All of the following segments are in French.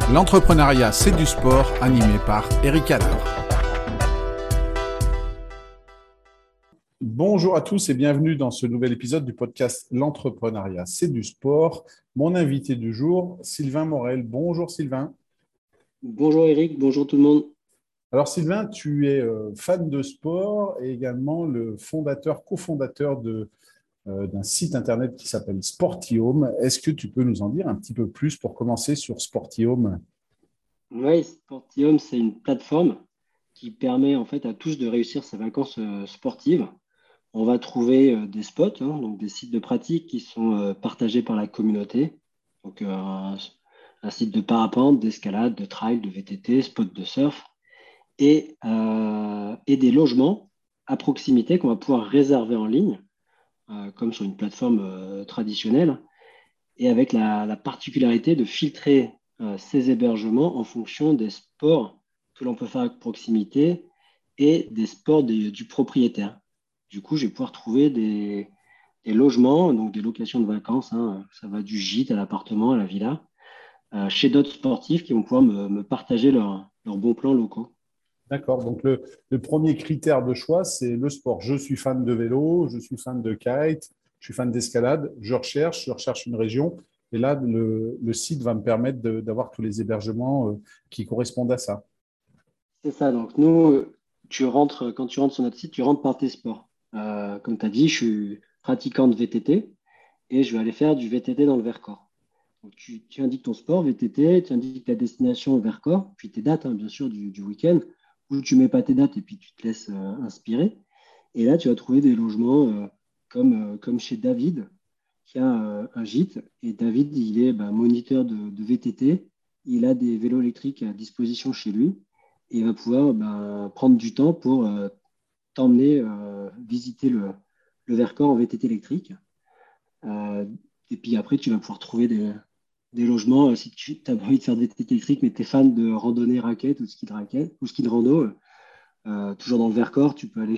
L'entrepreneuriat, c'est du sport, animé par Eric Haller. Bonjour à tous et bienvenue dans ce nouvel épisode du podcast L'entrepreneuriat, c'est du sport. Mon invité du jour, Sylvain Morel. Bonjour Sylvain. Bonjour Eric, bonjour tout le monde. Alors Sylvain, tu es fan de sport et également le cofondateur d'un site internet qui s'appelle Sportiome. Est-ce que tu peux nous en dire un petit peu plus pour commencer sur Sportiome ? Oui, Sportium, c'est une plateforme qui permet en fait à tous de réussir ses vacances sportives. On va trouver des spots, donc des sites de pratique qui sont partagés par la communauté. Donc un site de parapente, d'escalade, de trail, de VTT, spot de surf et des logements à proximité qu'on va pouvoir réserver en ligne, comme sur une plateforme traditionnelle, et avec la particularité de filtrer ces hébergements en fonction des sports que l'on peut faire à proximité et des sports du propriétaire. Du coup, je vais pouvoir trouver des logements, donc des locations de vacances, ça va du gîte à l'appartement, à la villa, chez d'autres sportifs qui vont pouvoir me partager leurs bons plans locaux. D'accord. Donc, le premier critère de choix, c'est le sport. Je suis fan de vélo, je suis fan de kite, je suis fan d'escalade. Je recherche une région. Et là, le site va me permettre d'avoir tous les hébergements qui correspondent à ça. C'est ça. Donc, nous, quand tu rentres sur notre site, tu rentres par tes sports. Comme tu as dit, je suis pratiquant de VTT et je vais aller faire du VTT dans le Vercors. Donc, tu indiques ton sport, VTT, tu indiques ta destination au Vercors, puis tes dates, bien sûr, du week-end, où tu mets pas tes dates et puis tu te laisses inspirer. Et là, tu vas trouver des logements comme chez David, qui a un gîte. Et David, il est moniteur de VTT. Il a des vélos électriques à disposition chez lui. Et il va pouvoir prendre du temps pour t'emmener visiter le Vercors en VTT électrique. Euh, et puis après, tu vas pouvoir trouver des logements si tu as envie de faire des VTT électriques, mais tu es fan de randonnée raquette ou ski de rando. Toujours dans le Vercors, tu peux aller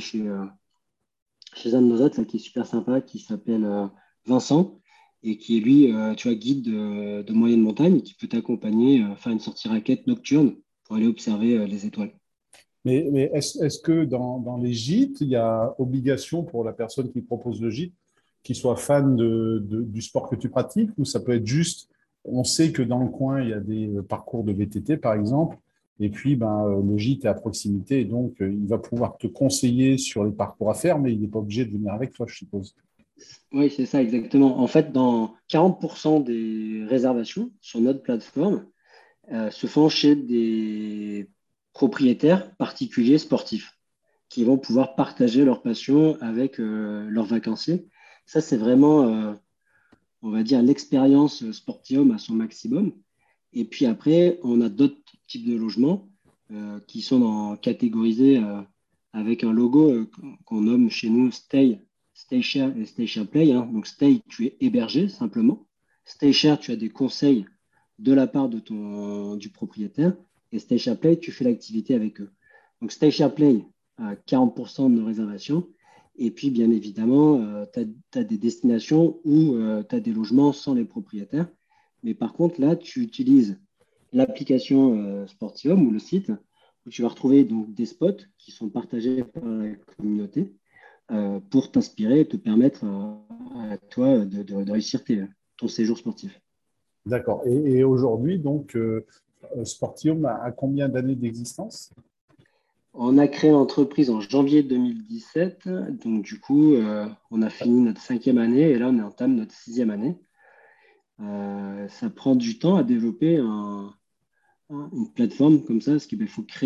chez un de nos hôtes là, qui est super sympa, qui s'appelle Vincent, et qui est lui, tu vois, guide de moyenne montagne, et qui peut t'accompagner faire une sortie raquette nocturne pour aller observer les étoiles. Mais est-ce que dans les gîtes, il y a obligation pour la personne qui propose le gîte qu'il soit fan du sport que tu pratiques, ou ça peut être juste, on sait que dans le coin, il y a des parcours de VTT, par exemple, et puis le gîte est à proximité, et donc il va pouvoir te conseiller sur les parcours à faire, mais il n'est pas obligé de venir avec toi, je suppose. Oui, c'est ça, exactement. En fait, dans 40% des réservations sur notre plateforme se font chez des propriétaires particuliers sportifs qui vont pouvoir partager leur passion avec leurs vacanciers. Ça, c'est vraiment, on va dire, l'expérience Sportium à son maximum. Et puis après, on a d'autres types de logements qui sont catégorisés avec un logo qu'on nomme chez nous Stay Share et Stay Share Play. Donc Stay, tu es hébergé simplement. Stay Share, tu as des conseils de la part du propriétaire. Et Stay Share Play, tu fais l'activité avec eux. Donc Stay Share Play, 40% de nos réservations. Et puis, bien évidemment, tu as des destinations où tu as des logements sans les propriétaires. Mais par contre, là, tu utilises l'application Sportium ou le site où tu vas retrouver donc, des spots qui sont partagés par la communauté pour t'inspirer et te permettre à toi de réussir ton séjour sportif. D'accord. Et aujourd'hui, donc, Sportium a combien d'années d'existence? On a créé l'entreprise en janvier 2017. Donc, du coup, on a fini notre 5e année et là, on entame notre 6e année. Ça prend du temps à développer une plateforme comme ça, parce qu'il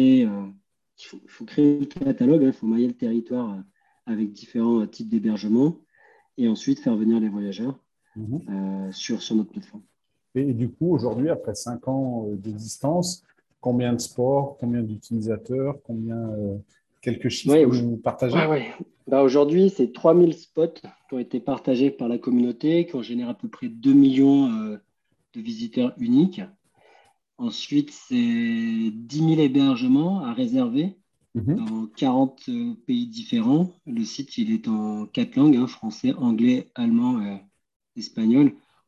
faut créer le catalogue, il faut mailler le territoire avec différents types d'hébergements et ensuite faire venir les voyageurs Mhm. sur notre plateforme. Et du coup, aujourd'hui, après 5 ans d'existence, combien de sports, combien d'utilisateurs, quelques chiffres Ouais, à nous partager? ouais. Aujourd'hui, c'est 3000 spots qui ont été partagés par la communauté, qui ont généré à peu près 2 millions de visiteurs uniques. Ensuite, c'est 10 000 hébergements à réserver Mhm. dans 40 pays différents. Le site, il est en 4 langues, français, anglais, allemand, espagnol.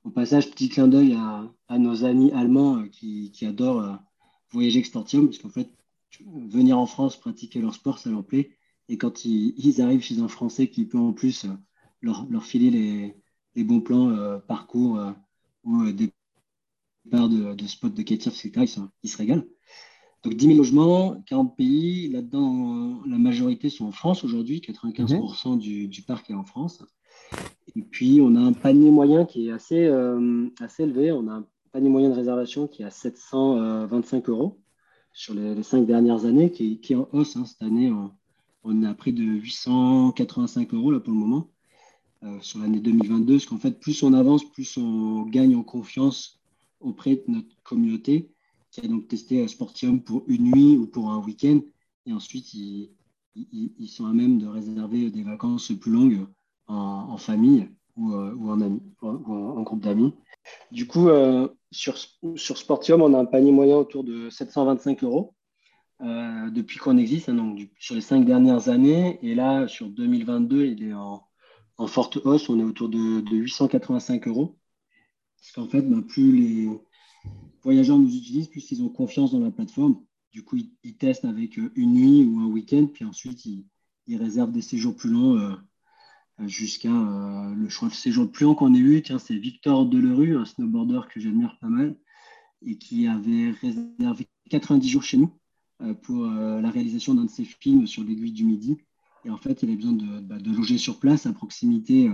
Au passage, petit clin d'œil à nos amis allemands qui adorent voyager avec Sportium, parce qu'en fait, venir en France, pratiquer leur sport, ça leur plaît. Et quand ils arrivent chez un Français qui peut en plus leur filer les bons plans, parcours ou des parts de spots de kitesurf, etc., ils se régalent. Donc 10 000 logements, 40 pays. Là-dedans, la majorité sont en France aujourd'hui. Mhm. 95% du parc est en France. Et puis, on a un panier moyen qui est assez élevé. On a un panier moyen de réservation qui est à 725 € sur les 5 dernières années, qui est en hausse, hein. Cette année, on a pris de 885 € là, pour le moment, sur l'année 2022. Parce qu'en fait, plus on avance, plus on gagne en confiance auprès de notre communauté, qui a donc testé Sportium pour une nuit ou pour un week-end. Et ensuite, ils sont à même de réserver des vacances plus longues en famille ou en amis, ou en groupe d'amis. Du coup, sur Sportium, on a un panier moyen autour de 725 € depuis qu'on existe, hein, donc sur les 5 dernières années. Et là, sur 2022, il est en forte hausse. On est autour de 885 €. Parce qu'en fait, ben, plus les voyageurs nous utilisent, plus ils ont confiance dans la plateforme. Du coup, ils testent avec une nuit ou un week-end, puis ensuite, ils réservent des séjours plus longs jusqu'à le choix de séjour le plus long qu'on ait eu. Tiens, c'est Victor Delerue, un snowboarder que j'admire pas mal et qui avait réservé 90 jours chez nous pour la réalisation d'un de ses films sur l'aiguille du Midi. Et en fait, il avait besoin de loger sur place à proximité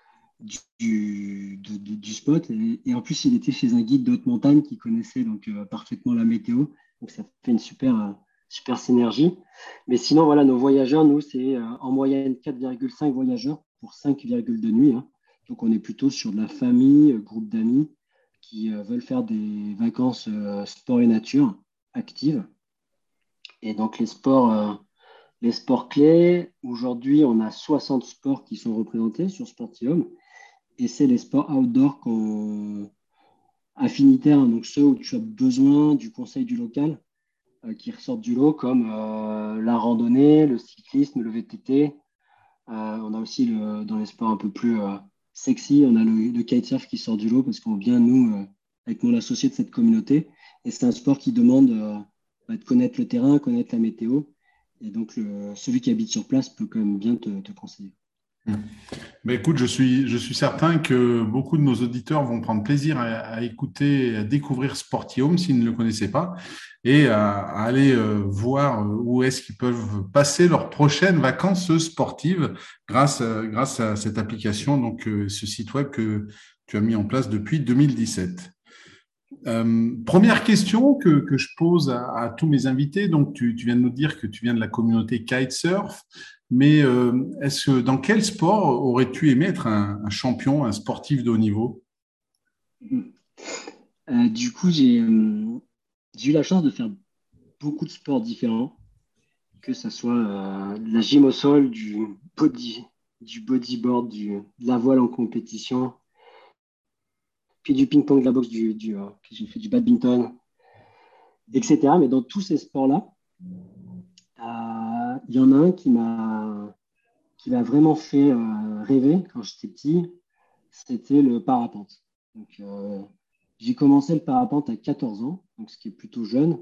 du spot. Et en plus, il était chez un guide de haute montagne qui connaissait donc parfaitement la météo. Donc, ça fait une super synergie. Mais sinon, voilà, nos voyageurs, nous, c'est en moyenne 4,5 voyageurs pour 5,2 nuits, hein. Donc, on est plutôt sur de la famille, groupe d'amis qui veulent faire des vacances sport et nature actives. Et donc, les sports clés, aujourd'hui, on a 60 sports qui sont représentés sur Sportium. Et c'est les sports outdoor affinitaires, hein, donc ceux où tu as besoin du conseil du local qui ressortent du lot, comme la randonnée, le cyclisme, le VTT. On a aussi dans les sports un peu plus sexy, on a le kitesurf qui sort du lot parce qu'on vient, nous, avec mon associé de cette communauté. Et c'est un sport qui demande de connaître le terrain, connaître la météo. Et donc, celui qui habite sur place peut quand même bien te conseiller. Ben écoute, je suis certain que beaucoup de nos auditeurs vont prendre plaisir à écouter, à découvrir Sportium s'ils ne le connaissaient pas et à aller voir où est-ce qu'ils peuvent passer leurs prochaines vacances sportives grâce à cette application, donc ce site web que tu as mis en place depuis 2017. Première question que je pose à tous mes invités. Donc, tu viens de nous dire que tu viens de la communauté kitesurf, mais dans quel sport aurais-tu aimé être un champion, un sportif de haut niveau? Du coup, j'ai eu la chance de faire beaucoup de sports différents, que ce soit de la gym au sol, du bodyboard, de la voile en compétition, puis du ping-pong, de la boxe, j'ai fait du badminton, etc. Mais dans tous ces sports-là, il y en a un qui m'a vraiment fait rêver quand j'étais petit, c'était le parapente. Donc, j'ai commencé le parapente à 14 ans, donc ce qui est plutôt jeune.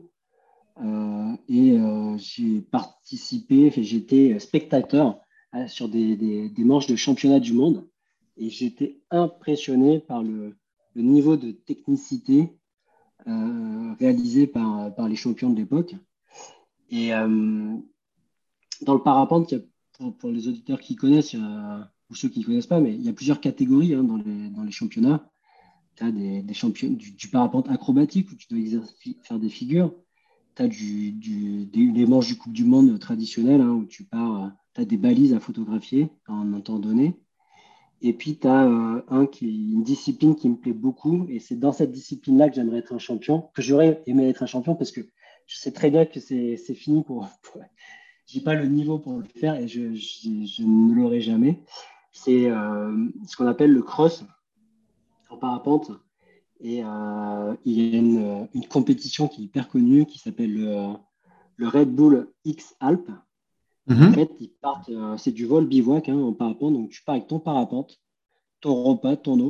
J'ai participé, enfin, j'étais spectateur sur des manches de championnat du monde et j'étais impressionné par le niveau de technicité réalisé par les champions de l'époque. Et dans le parapente, pour les auditeurs qui connaissent, ou ceux qui ne connaissent pas, mais il y a plusieurs catégories hein, dans les championnats. Tu as des champions du parapente acrobatique où tu dois faire des figures. Tu as les manches du Coupe du Monde traditionnelles hein, où tu pars, tu as des balises à photographier en un temps donné. Et puis, tu as une discipline qui me plaît beaucoup. Et c'est dans cette discipline-là que j'aimerais être un champion, que j'aurais aimé être un champion parce que je sais très bien que c'est fini j'ai pas le niveau pour le faire et je ne l'aurai jamais. C'est ce qu'on appelle le cross en parapente. Et il y a une compétition qui est hyper connue qui s'appelle le Red Bull X Alpes. Et en Mhm. fait, ils partent, c'est du vol bivouac hein, en parapente. Donc, tu pars avec ton parapente, ton repas, ton eau.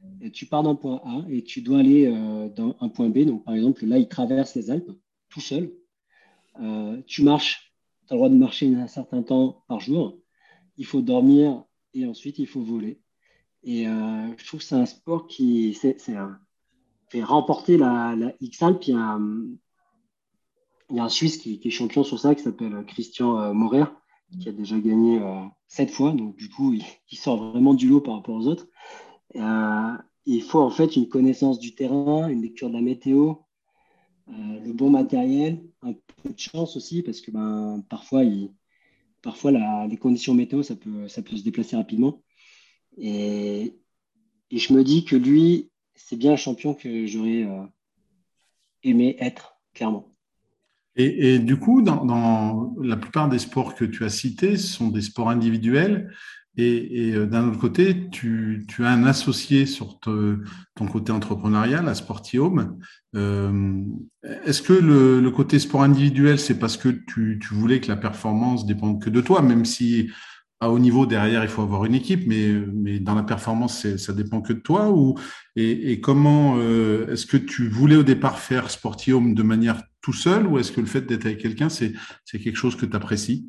Et tu pars d'un point A et tu dois aller dans un point B. Donc, par exemple, là, il traverse les Alpes tout seul. Tu marches, tu as le droit de marcher un certain temps par jour. Il faut dormir et ensuite, il faut voler. Et je trouve que c'est un sport qui fait remporter la X-Alp. Il y a un Suisse qui est champion sur ça, qui s'appelle Christian Morer, qui a déjà gagné 7 fois. Donc, du coup, il sort vraiment du lot par rapport aux autres. Euh, il faut en fait une connaissance du terrain, une lecture de la météo, le bon matériel, un peu de chance aussi, parce que parfois les conditions météo, ça peut se déplacer rapidement. Et, et je me dis que lui, c'est bien un champion que j'aurais aimé être, clairement. Et du coup, dans la plupart des sports que tu as cités, ce sont des sports individuels. Et d'un autre côté, tu as un associé sur ton côté entrepreneurial à Sportium. Euh, Est-ce que le côté sport individuel, c'est parce que tu voulais que la performance dépende que de toi, même si à haut niveau, derrière, il faut avoir une équipe, mais dans la performance, ça dépend que de toi et comment est-ce que tu voulais au départ faire Sportium de manière tout seul ou est-ce que le fait d'être avec quelqu'un, c'est quelque chose que tu apprécies?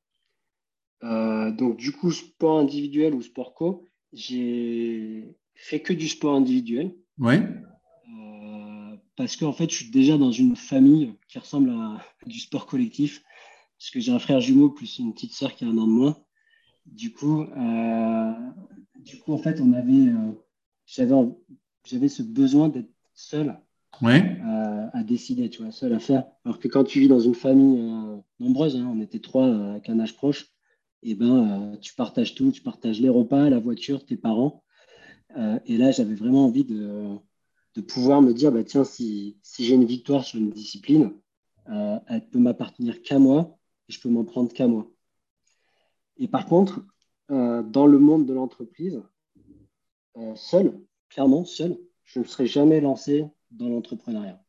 Donc, du coup, sport individuel ou sport co, j'ai fait que du sport individuel. Oui, Parce qu'en fait, je suis déjà dans une famille qui ressemble à du sport collectif, parce que j'ai un frère jumeau plus une petite sœur qui a un an de moins. Du coup, en fait, j'avais, j'avais ce besoin d'être seul oui. à décider, tu vois, seul à faire. Alors que quand tu vis dans une famille nombreuse, hein, on était trois avec un âge proche, et ben, tu partages tout, tu partages les repas, la voiture, tes parents. Et là, j'avais vraiment envie de pouvoir me dire, bah, tiens, si j'ai une victoire sur une discipline, elle peut m'appartenir qu'à moi et je peux m'en prendre qu'à moi. Et par contre, dans le monde de l'entreprise, seul, clairement seul, je ne serais jamais lancé dans l'entrepreneuriat.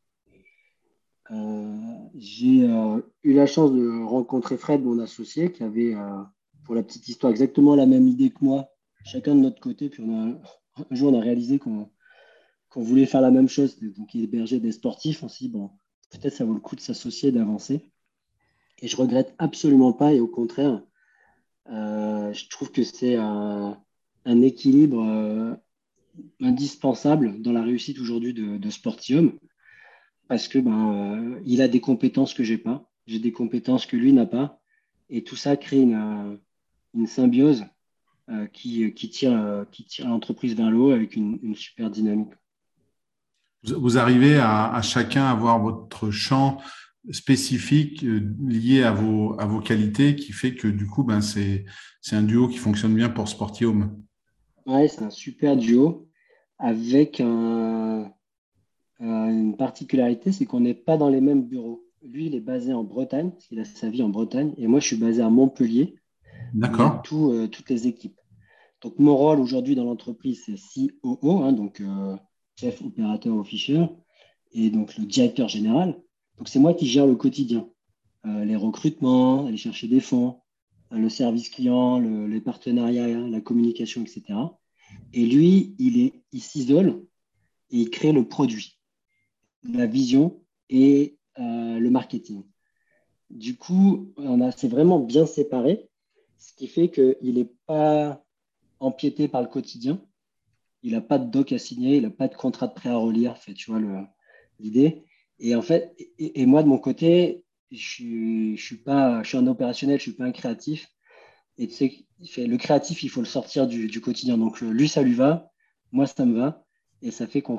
J'ai eu la chance de rencontrer Fred, mon associé, qui avait, pour la petite histoire, exactement la même idée que moi, chacun de notre côté. Puis un jour, on a réalisé qu'on voulait faire la même chose, donc héberger des sportifs. On s'est dit, bon, peut-être ça vaut le coup de s'associer, d'avancer. Et je regrette absolument pas, et au contraire, je trouve que c'est un équilibre indispensable dans la réussite aujourd'hui de Sportium, parce que il a des compétences que j'ai pas, j'ai des compétences que lui n'a pas, et tout ça crée une symbiose qui tire l'entreprise vers le haut avec une super dynamique. Vous arrivez à chacun avoir votre champ spécifique lié à vos qualités qui fait que du coup, ben, c'est un duo qui fonctionne bien pour Sportium. Ouais, c'est un super duo avec une particularité, c'est qu'on n'est pas dans les mêmes bureaux. Lui, il est basé en Bretagne, parce qu'il a sa vie en Bretagne, et moi, je suis basé à Montpellier, où il y a D'accord. toutes les équipes. Donc, mon rôle aujourd'hui dans l'entreprise, c'est COO, hein, donc chef opérateur officier, et donc le directeur général. Donc, c'est moi qui gère le quotidien, les recrutements, aller chercher des fonds, le service client, les partenariats, la communication, etc. Et lui, il s'isole et il crée le produit, la vision et le marketing. Du coup, c'est vraiment bien séparé, ce qui fait qu'il n'est pas empiété par le quotidien. Il n'a pas de doc à signer, il n'a pas de contrat de prêt à relire, fait, tu vois l'idée. Et en fait, et moi de mon côté, je suis un opérationnel, je suis pas un créatif. Et tu sais, le créatif, il faut le sortir du quotidien. Donc lui, ça lui va, moi, ça me va. Et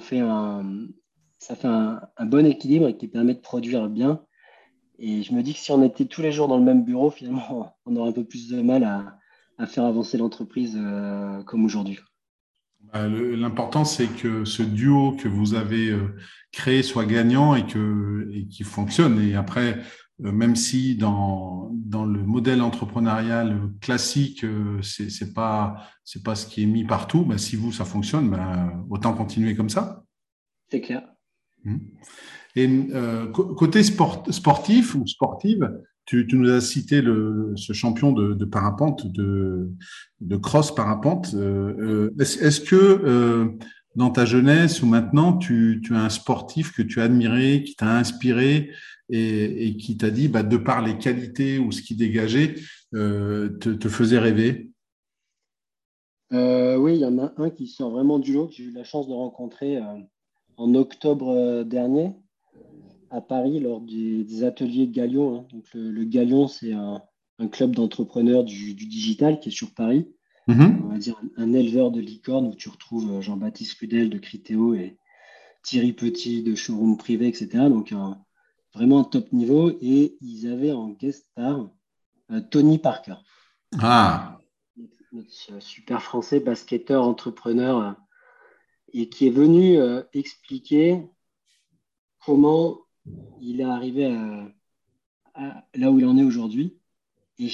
ça fait un bon équilibre et qui permet de produire bien. Et je me dis que si on était tous les jours dans le même bureau, finalement, on aurait un peu plus de mal à faire avancer l'entreprise comme aujourd'hui. L'important, c'est que ce duo que vous avez créé soit gagnant et qu'il fonctionne. Et après, même si dans le modèle entrepreneurial classique, c'est pas ce qui est mis partout, bah, si vous, ça fonctionne, bah, autant continuer comme ça. C'est clair. Mhm. Et côté sportif ou sportive, tu nous as cité ce champion de parapente, de cross parapente. Est-ce que dans ta jeunesse ou maintenant, tu as un sportif que tu as admiré, qui t'a inspiré et qui t'a dit, bah, de par les qualités ou ce qu'il dégageait, te faisait rêver? Oui, il y en a un qui sort vraiment du lot, que j'ai eu la chance de rencontrer en octobre dernier à Paris lors des ateliers de Galion, hein. Donc le Galion, c'est un club d'entrepreneurs du digital qui est sur Paris. On Mhm. va dire un éleveur de licornes où tu retrouves Jean-Baptiste Rudel de Criteo et Thierry Petit de Showroom Privé, etc. Donc vraiment un top niveau. Et ils avaient en guest star Tony Parker, Ah, notre super français basketteur entrepreneur et qui est venu expliquer comment il est arrivé là où il en est aujourd'hui. Et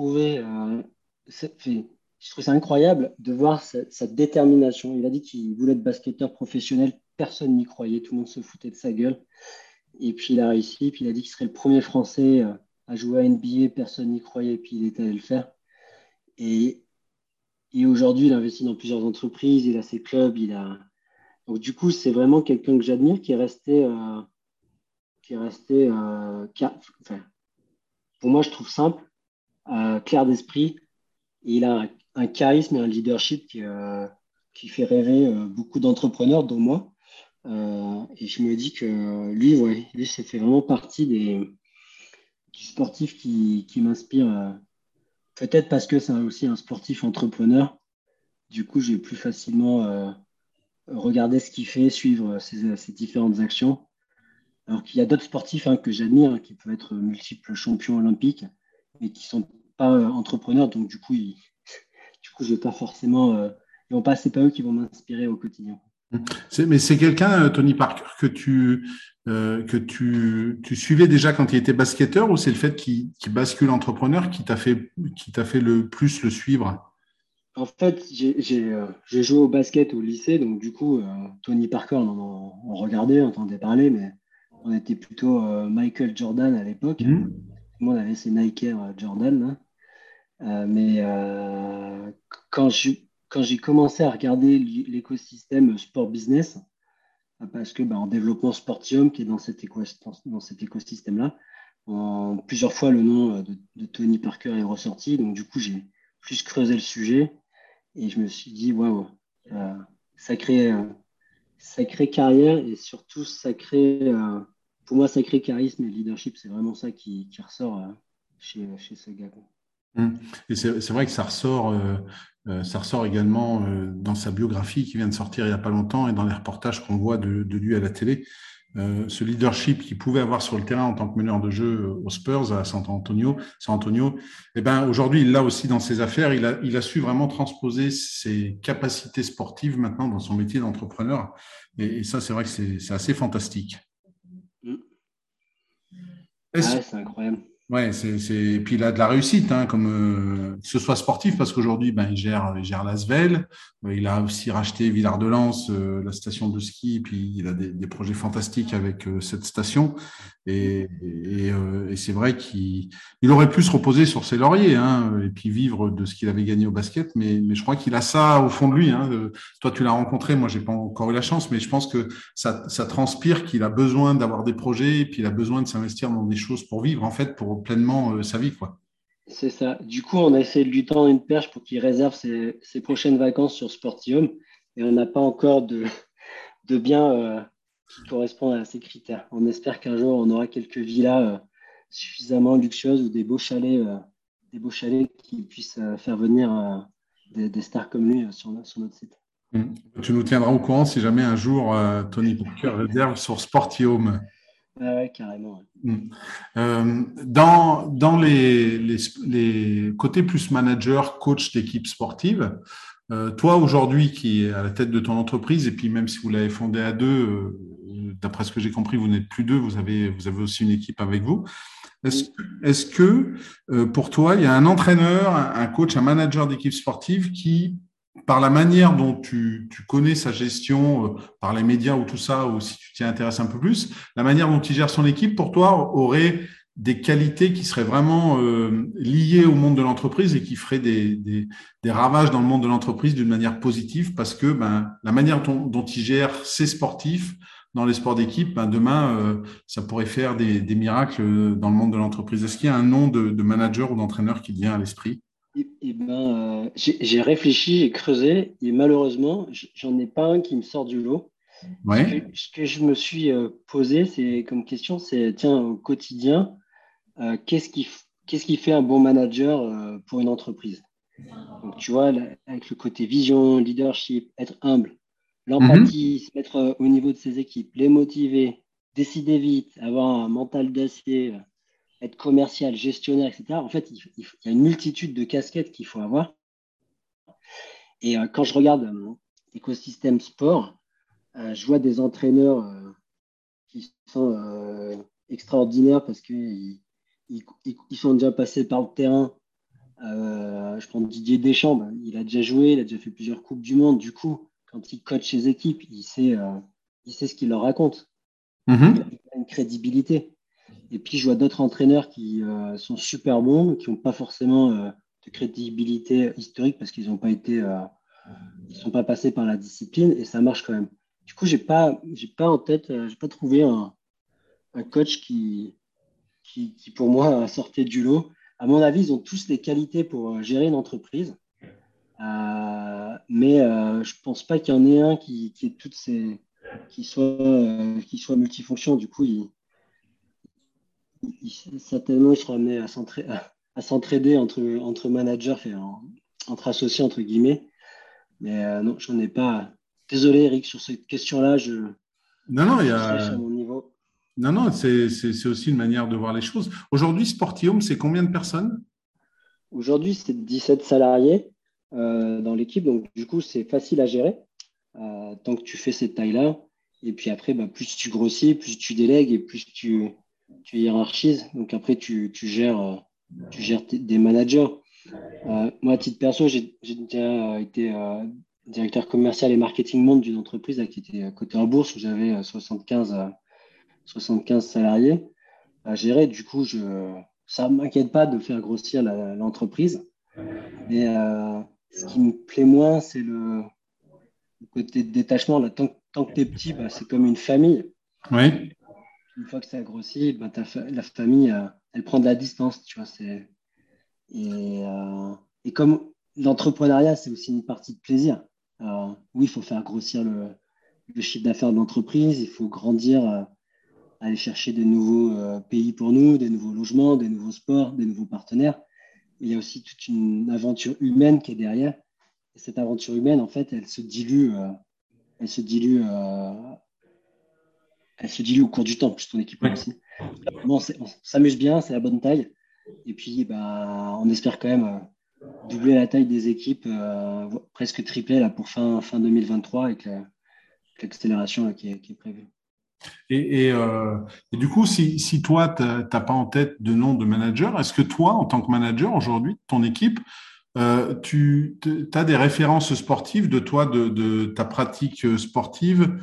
je trouve ça incroyable de voir sa détermination. Il a dit qu'il voulait être basketteur professionnel, personne n'y croyait, tout le monde se foutait de sa gueule. Et puis il a réussi, puis il a dit qu'il serait le premier Français à jouer à NBA, personne n'y croyait, puis il est allé le faire. Et, et aujourd'hui, il investit dans plusieurs entreprises, il a ses clubs, il a. Donc du coup, c'est vraiment quelqu'un que j'admire enfin, pour moi, je trouve simple, clair d'esprit. Et il a un charisme et un leadership qui fait rêver beaucoup d'entrepreneurs, dont moi. Et je me dis que lui, ouais, lui, ça fait vraiment partie du sportif qui m'inspire. Peut-être parce que c'est aussi un sportif entrepreneur. Du coup, j'ai plus facilement regarder ce qu'il fait, suivre ses différentes actions. Alors qu'il y a d'autres sportifs hein, que j'admire, hein, qui peuvent être multiples champions olympiques, mais qui sont pas entrepreneurs. Donc, du coup, je vais pas forcément. Ils vont pas, c'est pas eux qui vont m'inspirer au quotidien. mais c'est quelqu'un, Tony Parker, tu suivais déjà quand il était basketteur ou c'est le fait qu'il bascule entrepreneur qui t'a fait le plus le suivre? En fait, j'ai joué au basket au lycée, donc du coup, Tony Parker, on regardait, on entendait parler, mais on était plutôt Michael Jordan à l'époque. Mhm. Tout le monde avait ses Nike Air Jordan, hein. Mais quand j'ai commencé à regarder l'écosystème sport business, parce que en développement Sportium, qui est dans cet écosystème-là, plusieurs fois le nom de Tony Parker est ressorti. Donc du coup, j'ai plus creusé le sujet et je me suis dit, waouh, euh, sacré, euh, sacrée carrière et surtout pour moi, sacré charisme et leadership, c'est vraiment ça qui ressort chez ce gars, quoi. Mhm. Et c'est vrai que ça ressort également dans sa biographie qui vient de sortir il n'y a pas longtemps et dans les reportages qu'on voit de lui à la télé. Ce leadership qu'il pouvait avoir sur le terrain en tant que meneur de jeu aux Spurs à San Antonio, eh ben, aujourd'hui, il l'a aussi dans ses affaires. Il a su vraiment transposer ses capacités sportives maintenant dans son métier d'entrepreneur. Et ça, c'est vrai que c'est assez fantastique. Mm. Est-ce Ah, c'est incroyable. Ouais, et puis il a de la réussite, hein, comme que ce soit sportif, parce qu'aujourd'hui, ben, il gère l'Asvel. Il a aussi racheté Villard-de-Lans, la station de ski, puis il a des projets fantastiques avec cette station. Et c'est vrai qu'il aurait pu se reposer sur ses lauriers, hein, et puis vivre de ce qu'il avait gagné au basket, mais je crois qu'il a ça au fond de lui, hein. Toi, tu l'as rencontré, moi, j'ai pas encore eu la chance, mais je pense que ça transpire qu'il a besoin d'avoir des projets et puis il a besoin de s'investir dans des choses pour vivre, en fait, pour pleinement sa vie, quoi. C'est ça. Du coup, on a essayé de lui tendre une perche pour qu'il réserve ses prochaines vacances sur Sportium. Et on n'a pas encore de biens qui correspondent à ces critères. On espère qu'un jour, on aura quelques villas suffisamment luxueuses ou des beaux chalets qui puissent faire venir des stars comme lui sur notre site. Mm. Tu nous tiendras au courant si jamais un jour Tony Parker réserve sur Sportium. Ah ouais, carrément. Ouais. Mm. Dans les côtés plus manager, coach d'équipe sportive, toi aujourd'hui qui est à la tête de ton entreprise, et puis même si vous l'avez fondée à deux, d'après ce que j'ai compris, vous n'êtes plus deux, vous avez aussi une équipe avec vous. Mm. Est-ce que pour toi, il y a un entraîneur, un coach, un manager d'équipe sportive qui, par la manière dont tu connais sa gestion, par les médias ou tout ça, ou si tu t'y intéresses un peu plus, la manière dont il gère son équipe, pour toi, aurait des qualités qui seraient vraiment liées au monde de l'entreprise et qui feraient des ravages dans le monde de l'entreprise d'une manière positive parce que la manière dont ils gèrent ces sportifs dans les sports d'équipe, demain, ça pourrait faire des miracles dans le monde de l'entreprise. Est-ce qu'il y a un nom de manager ou d'entraîneur qui te vient à l'esprit? J'ai réfléchi, j'ai creusé, et malheureusement, j'en ai pas un qui me sort du lot. Ouais. Ce que je me suis posé, c'est comme question, c'est tiens, au quotidien, qu'est-ce qui fait un bon manager pour une entreprise? Donc, tu vois, là, avec le côté vision, leadership, être humble, Mhm. l'empathie, se mettre au niveau de ses équipes, les motiver, décider vite, avoir un mental d'acier, être commercial, gestionnaire, etc. En fait, il y a une multitude de casquettes qu'il faut avoir. Et quand je regarde mon écosystème sport, je vois des entraîneurs qui sont extraordinaires parce qu'ils sont déjà passés par le terrain. Je prends Didier Deschamps, ben, il a déjà joué, il a déjà fait plusieurs Coupes du Monde. Du coup, quand il coach ses équipes, il sait ce qu'il leur raconte. Mhm. Il a une crédibilité. Et puis, je vois d'autres entraîneurs qui sont super bons, qui n'ont pas forcément de crédibilité historique parce qu'ils n'ont pas été, ils sont pas passés par la discipline et ça marche quand même. Du coup, j'ai pas en tête, j'ai pas trouvé un coach qui, pour moi, sortait du lot. À mon avis, ils ont tous les qualités pour gérer une entreprise. Mais je pense pas qu'il y en ait un qui ait toutes ces, qui soit multifonction. Du coup, certainement, il sera amené à s'entraider entre managers et entre associés, entre guillemets. Mais non, j'en ai pas. Désolé, Eric, sur cette question-là, Non, non, je serai sur mon niveau. non, non, c'est aussi une manière de voir les choses. Aujourd'hui, Sportium, c'est combien de personnes? Aujourd'hui, c'est 17 salariés dans l'équipe, donc du coup, c'est facile à gérer tant que tu fais cette taille-là. Et puis après, bah, plus tu grossis, plus tu délègues et plus tu hiérarchises. Donc après, tu gères des managers. Moi, à titre perso, j'ai déjà été directeur commercial et marketing monde d'une entreprise là, qui était cotée en bourse où j'avais 75 salariés à gérer. Du coup, ça ne m'inquiète pas de faire grossir l'entreprise. Mais ce qui me plaît moins, c'est le côté de détachement. Là, tant que tu es petit, bah, c'est comme une famille. Oui. Une fois que ça grossit, bah, la famille, elle prend de la distance. Tu vois, et comme l'entrepreneuriat, c'est aussi une partie de plaisir. Oui, il faut faire grossir le chiffre d'affaires de l'entreprise, il faut grandir, aller chercher des nouveaux pays pour nous, des nouveaux logements, des nouveaux sports, des nouveaux partenaires. Mais il y a aussi toute une aventure humaine qui est derrière. Et cette aventure humaine, en fait, elle se dilue, euh, elle se dilue au cours du temps, plus ton équipement Oui. aussi. Bon, on s'amuse bien, c'est la bonne taille. Et puis, bah, on espère quand même doubler la taille des équipes, presque tripler là, pour fin 2023 avec l'accélération là, qui est prévue. Et du coup, si toi, tu n'as pas en tête de nom de manager, est-ce que toi, en tant que manager aujourd'hui, ton équipe, tu as des références sportives de toi, de ta pratique sportive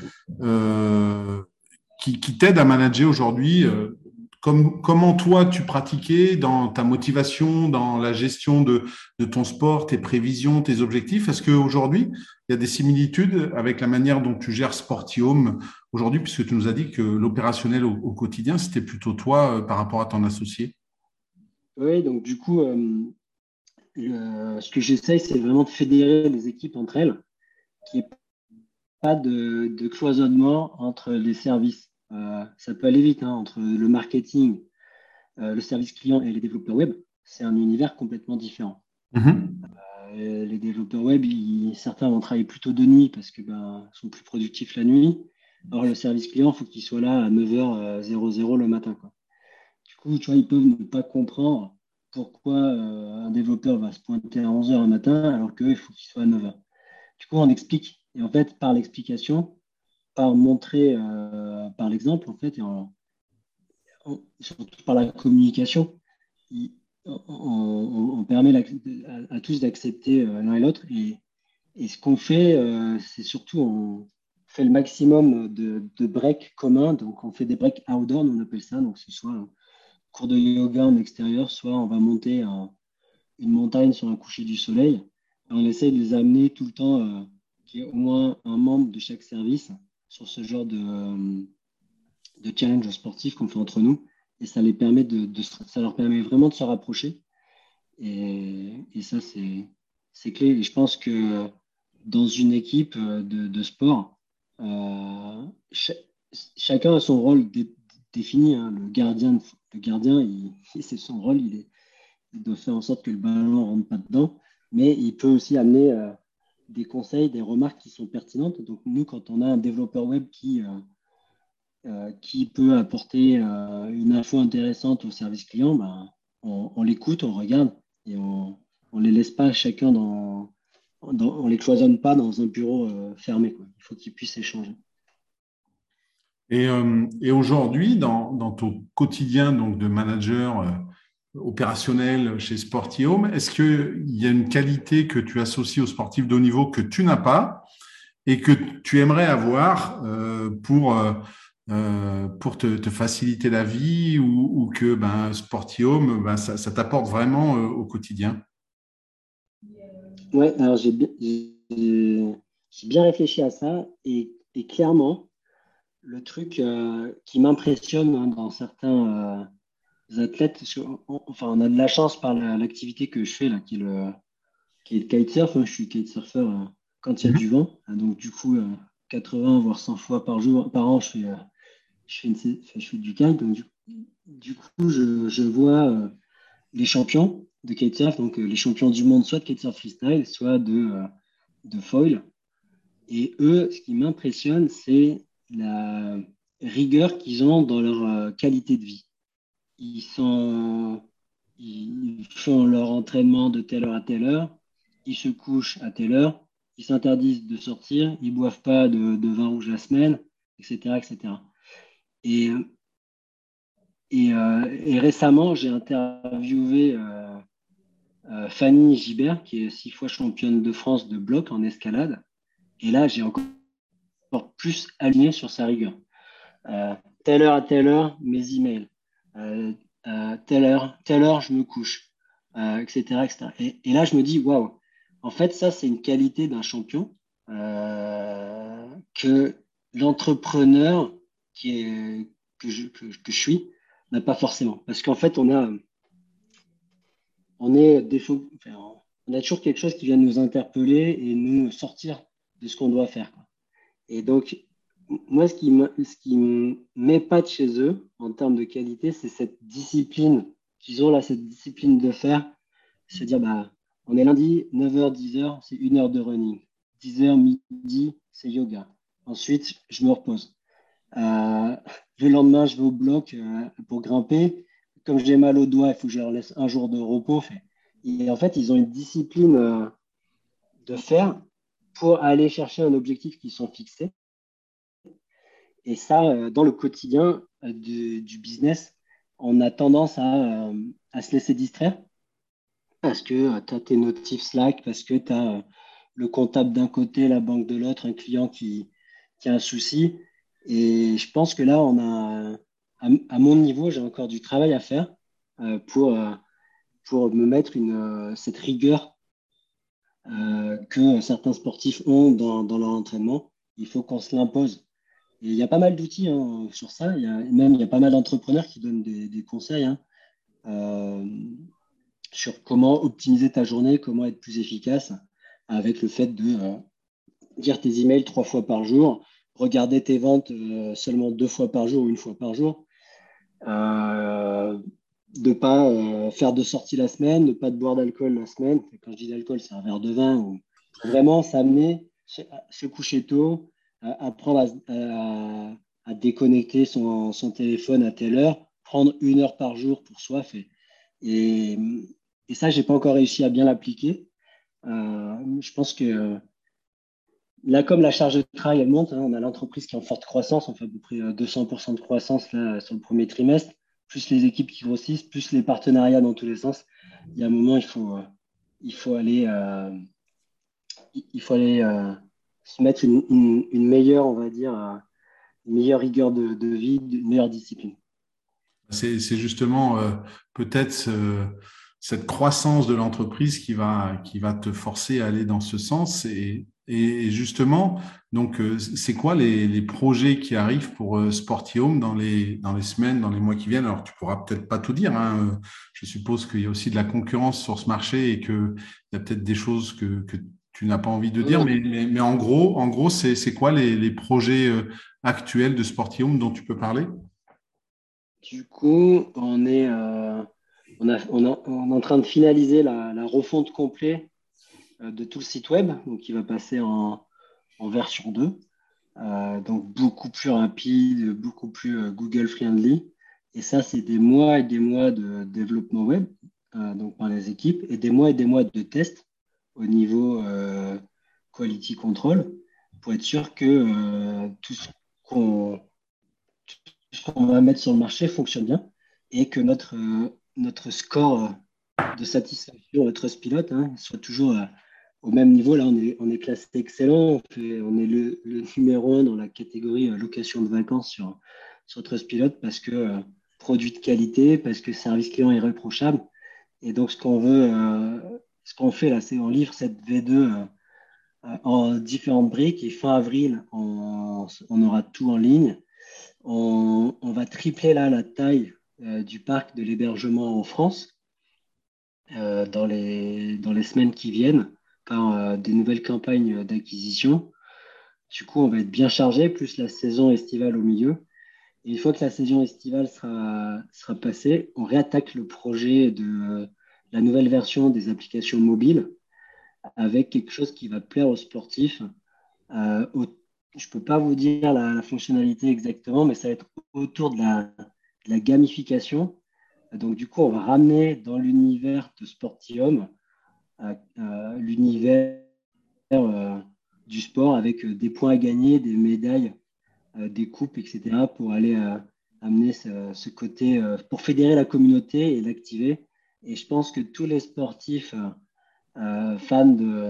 qui t'aident à manager aujourd'hui comment toi tu pratiquais dans ta motivation, dans la gestion de ton sport, tes prévisions, tes objectifs. Est-ce qu'aujourd'hui, il y a des similitudes avec la manière dont tu gères Sportium aujourd'hui, puisque tu nous as dit que l'opérationnel au quotidien, c'était plutôt toi par rapport à ton associé? Oui, donc du coup, ce que j'essaye, c'est vraiment de fédérer les équipes entre elles, qu'il n'y ait pas de cloisonnement entre les services. Ça peut aller vite, hein, entre le marketing, le service client et les développeurs web. C'est un univers complètement différent. Mhm. Les développeurs web, certains vont travailler plutôt de nuit parce que ben, sont plus productifs la nuit. Or, le service client, il faut qu'il soit là à 9h00 le matin, quoi. Du coup, tu vois, ils peuvent ne pas comprendre pourquoi un développeur va se pointer à 11h un matin alors qu'il faut qu'il soit à 9h. Du coup, on explique. Et en fait, par l'explication, par montrer, par l'exemple, en fait, surtout par la communication, il- on permet à tous d'accepter l'un et l'autre. Et ce qu'on fait, c'est surtout on fait le maximum de breaks communs. Donc, on fait des breaks outdoor, on appelle ça. Donc, ce soit cours de yoga en extérieur, soit on va monter une montagne sur un coucher du soleil. Et on essaye de les amener tout le temps, qu'il y ait au moins un membre de chaque service sur ce genre de challenge sportif qu'on fait entre nous. Et ça les permet ça leur permet vraiment de se rapprocher. Et ça, c'est clé. Et je pense que dans une équipe de sport, cha- chacun a son rôle défini, hein. Le gardien c'est son rôle. Il doit faire en sorte que le ballon ne rentre pas dedans. Mais il peut aussi amener des conseils, des remarques qui sont pertinentes. Donc, nous, quand on a un développeur web qui peut apporter une info intéressante au service client, ben, on l'écoute, on regarde et on les laisse pas chacun on les cloisonne pas dans un bureau fermé, quoi. Il faut qu'ils puissent échanger. Et aujourd'hui, dans ton quotidien donc, de manager opérationnel chez Sportium, est-ce qu'il y a une qualité que tu associes aux sportifs de haut niveau que tu n'as pas et que tu aimerais avoir pour te faciliter la vie ou que ben, Sportium, ben, ça t'apporte vraiment au quotidien? Ouais, alors j'ai bien réfléchi à ça et clairement, le truc qui m'impressionne, hein, dans certains athlètes, parce enfin, on a de la chance par l'activité que je fais là, qui est le kitesurf, hein. Je suis kitesurfer quand il y a du vent. Donc, du coup, 80 voire 100 fois par an, je fais du kite. Donc, du coup, je vois les champions de kitesurf, donc les champions du monde, soit de kitesurf freestyle, soit de foil. Et eux, ce qui m'impressionne, c'est la rigueur qu'ils ont dans leur qualité de vie. Ils sont, ils font leur entraînement de telle heure à telle heure, ils se couchent à telle heure, ils s'interdisent de sortir, ils boivent pas de vin rouge la semaine, etc., etc. Et, et récemment, j'ai interviewé Fanny Gibert, qui est 6 fois championne de France de bloc en escalade. Et là, j'ai encore plus aligné sur sa rigueur. Telle heure à telle heure, mes emails. Euh, telle heure, je me couche, etc., etc. Et là, je me dis, waouh, en fait, ça, c'est une qualité d'un champion que l'entrepreneur que je suis n'a pas forcément. Parce qu'en fait, on est enfin, on a toujours quelque chose qui vient nous interpeller et nous sortir de ce qu'on doit faire, quoi. Et donc, moi, ce qui m'épate chez eux en termes de qualité, c'est cette discipline qu'ils ont là, cette discipline de faire. Se dire, bah, on est lundi, 9h, 10h, c'est 1 heure de running. 10h, midi, c'est yoga. Ensuite, je me repose. Euh, le lendemain, je vais au bloc pour grimper. Comme j'ai mal au doigt, il faut que je leur laisse un jour de repos. Et en fait, ils ont une discipline de faire pour aller chercher un objectif qui sont fixés. Et ça, dans le quotidien du business, on a tendance à se laisser distraire parce que tu as tes notifs Slack, parce que tu as le comptable d'un côté, la banque de l'autre, un client qui a un souci. Et je pense que là, à mon niveau, j'ai encore du travail à faire euh, pour, euh, pour me mettre cette rigueur que certains sportifs ont dans leur entraînement. Il faut qu'on se l'impose. Et il y a pas mal d'outils, hein, sur ça. Il y a pas mal d'entrepreneurs qui donnent des conseils, hein, euh, sur comment optimiser ta journée, comment être plus efficace avec le fait de lire tes emails 3 fois par jour, regarder tes ventes seulement 2 fois par jour ou 1 fois par jour, euh, de ne pas faire de sorties la semaine, de ne pas boire d'alcool la semaine. Quand je dis d'alcool, c'est un verre de vin. Pour vraiment s'amener, se coucher tôt, apprendre à déconnecter son téléphone à telle heure, prendre 1 heure par jour pour soi. Et, et ça, j'ai pas encore réussi à bien l'appliquer. Je pense que là, comme la charge de travail, elle monte, hein, on a l'entreprise qui est en forte croissance, on fait à peu près 200% de croissance là, sur le premier trimestre, plus les équipes qui grossissent, plus les partenariats dans tous les sens. Il y a un moment, il faut aller, il faut aller se mettre une meilleure, on va dire, une meilleure rigueur de vie, une meilleure discipline. C'est justement peut-être cette croissance de l'entreprise qui va te forcer à aller dans ce sens. Et justement, donc, c'est quoi les projets qui arrivent pour Sportium dans les semaines, dans les mois qui viennent? Alors, tu pourras peut-être pas tout dire, hein. Je suppose qu'il y a aussi de la concurrence sur ce marché et qu'il y a peut-être des choses que tu n'as pas envie de dire. Mais en gros, c'est quoi les projets actuels de Sportium dont tu peux parler? Du coup, on est en train de finaliser la refonte complète de tout le site web, donc qui va passer en version 2. Donc beaucoup plus rapide, beaucoup plus Google friendly. Et ça, c'est des mois et des mois de développement web, donc par les équipes, et des mois de tests au niveau quality control pour être sûr que qu'on tout ce qu'on va mettre sur le marché fonctionne bien et que notre score de satisfaction, notre pilote, hein, soit toujours au même niveau. Là, on est classé excellent. On est le numéro un dans la catégorie location de vacances sur Trustpilot parce que produit de qualité, parce que service client irréprochable. Et donc, ce qu'on fait là, c'est on livre cette V2 en différentes briques et fin avril, on aura tout en ligne. On va tripler là la taille du parc de l'hébergement en France dans les semaines qui viennent par des nouvelles campagnes d'acquisition. Du coup, on va être bien chargé, plus la saison estivale au milieu. Et une fois que la saison estivale sera passée, on réattaque le projet de la nouvelle version des applications mobiles avec quelque chose qui va plaire aux sportifs. Je ne peux pas vous dire la fonctionnalité exactement, mais ça va être autour de la gamification. Donc, du coup, on va ramener dans l'univers de Sportium l'univers du sport avec des points à gagner, des médailles, des coupes, etc. pour aller amener ce côté, pour fédérer la communauté et l'activer. Et je pense que tous les sportifs fans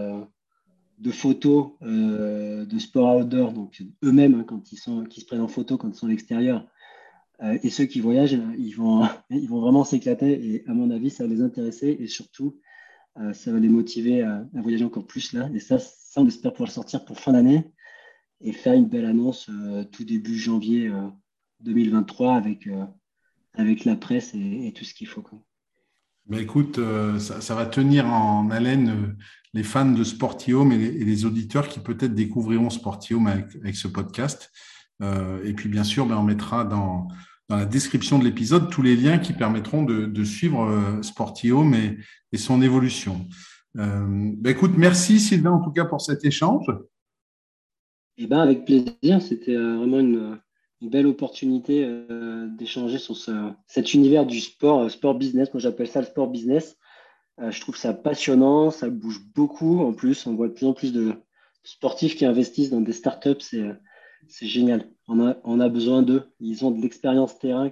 de photos de sport outdoor, donc eux-mêmes, hein, qui se prennent en photo quand ils sont à l'extérieur, et ceux qui voyagent, ils vont vraiment s'éclater. Et à mon avis, ça va les intéresser et surtout, ça va les motiver à voyager encore plus là. Et ça, on espère pouvoir le sortir pour fin d'année et faire une belle annonce tout début janvier 2023 avec la presse et tout ce qu'il faut, quoi. Ben écoute, ça va tenir en haleine les fans de Sportium et les auditeurs qui peut-être découvriront Sportium avec ce podcast. Et puis bien sûr, ben, on mettra dans la description de l'épisode tous les liens qui permettront de suivre Sportium et son évolution. Ben écoute, merci Sylvain en tout cas pour cet échange. Et ben avec plaisir, c'était vraiment une belle opportunité d'échanger sur cet univers du sport, sport business. Moi, j'appelle ça le sport business. Je trouve ça passionnant, ça bouge beaucoup. En plus, on voit de plus en plus de sportifs qui investissent dans des startups. C'est génial. On a besoin d'eux. Ils ont de l'expérience terrain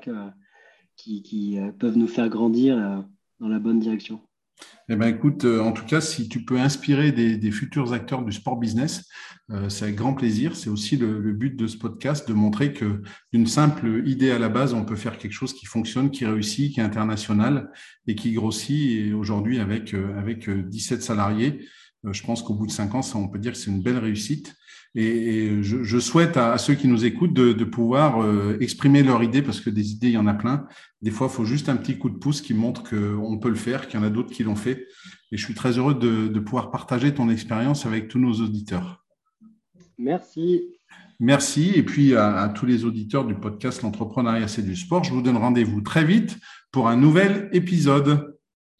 qui peuvent nous faire grandir dans la bonne direction. Eh ben, écoute, en tout cas, si tu peux inspirer des futurs acteurs du sport business, c'est avec grand plaisir. C'est aussi le but de ce podcast, de montrer que d'une simple idée à la base, on peut faire quelque chose qui fonctionne, qui réussit, qui est international et qui grossit. Et aujourd'hui, avec 17 salariés, je pense qu'au bout de 5 ans, ça, on peut dire que c'est une belle réussite. Et je souhaite à ceux qui nous écoutent de pouvoir exprimer leur idée, parce que des idées, il y en a plein. Des fois, il faut juste un petit coup de pouce qui montre qu'on peut le faire, qu'il y en a d'autres qui l'ont fait. Et je suis très heureux de pouvoir partager ton expérience avec tous nos auditeurs. Merci. Merci. Et puis à tous les auditeurs du podcast L'entrepreneuriat, c'est du sport. Je vous donne rendez-vous très vite pour un nouvel épisode.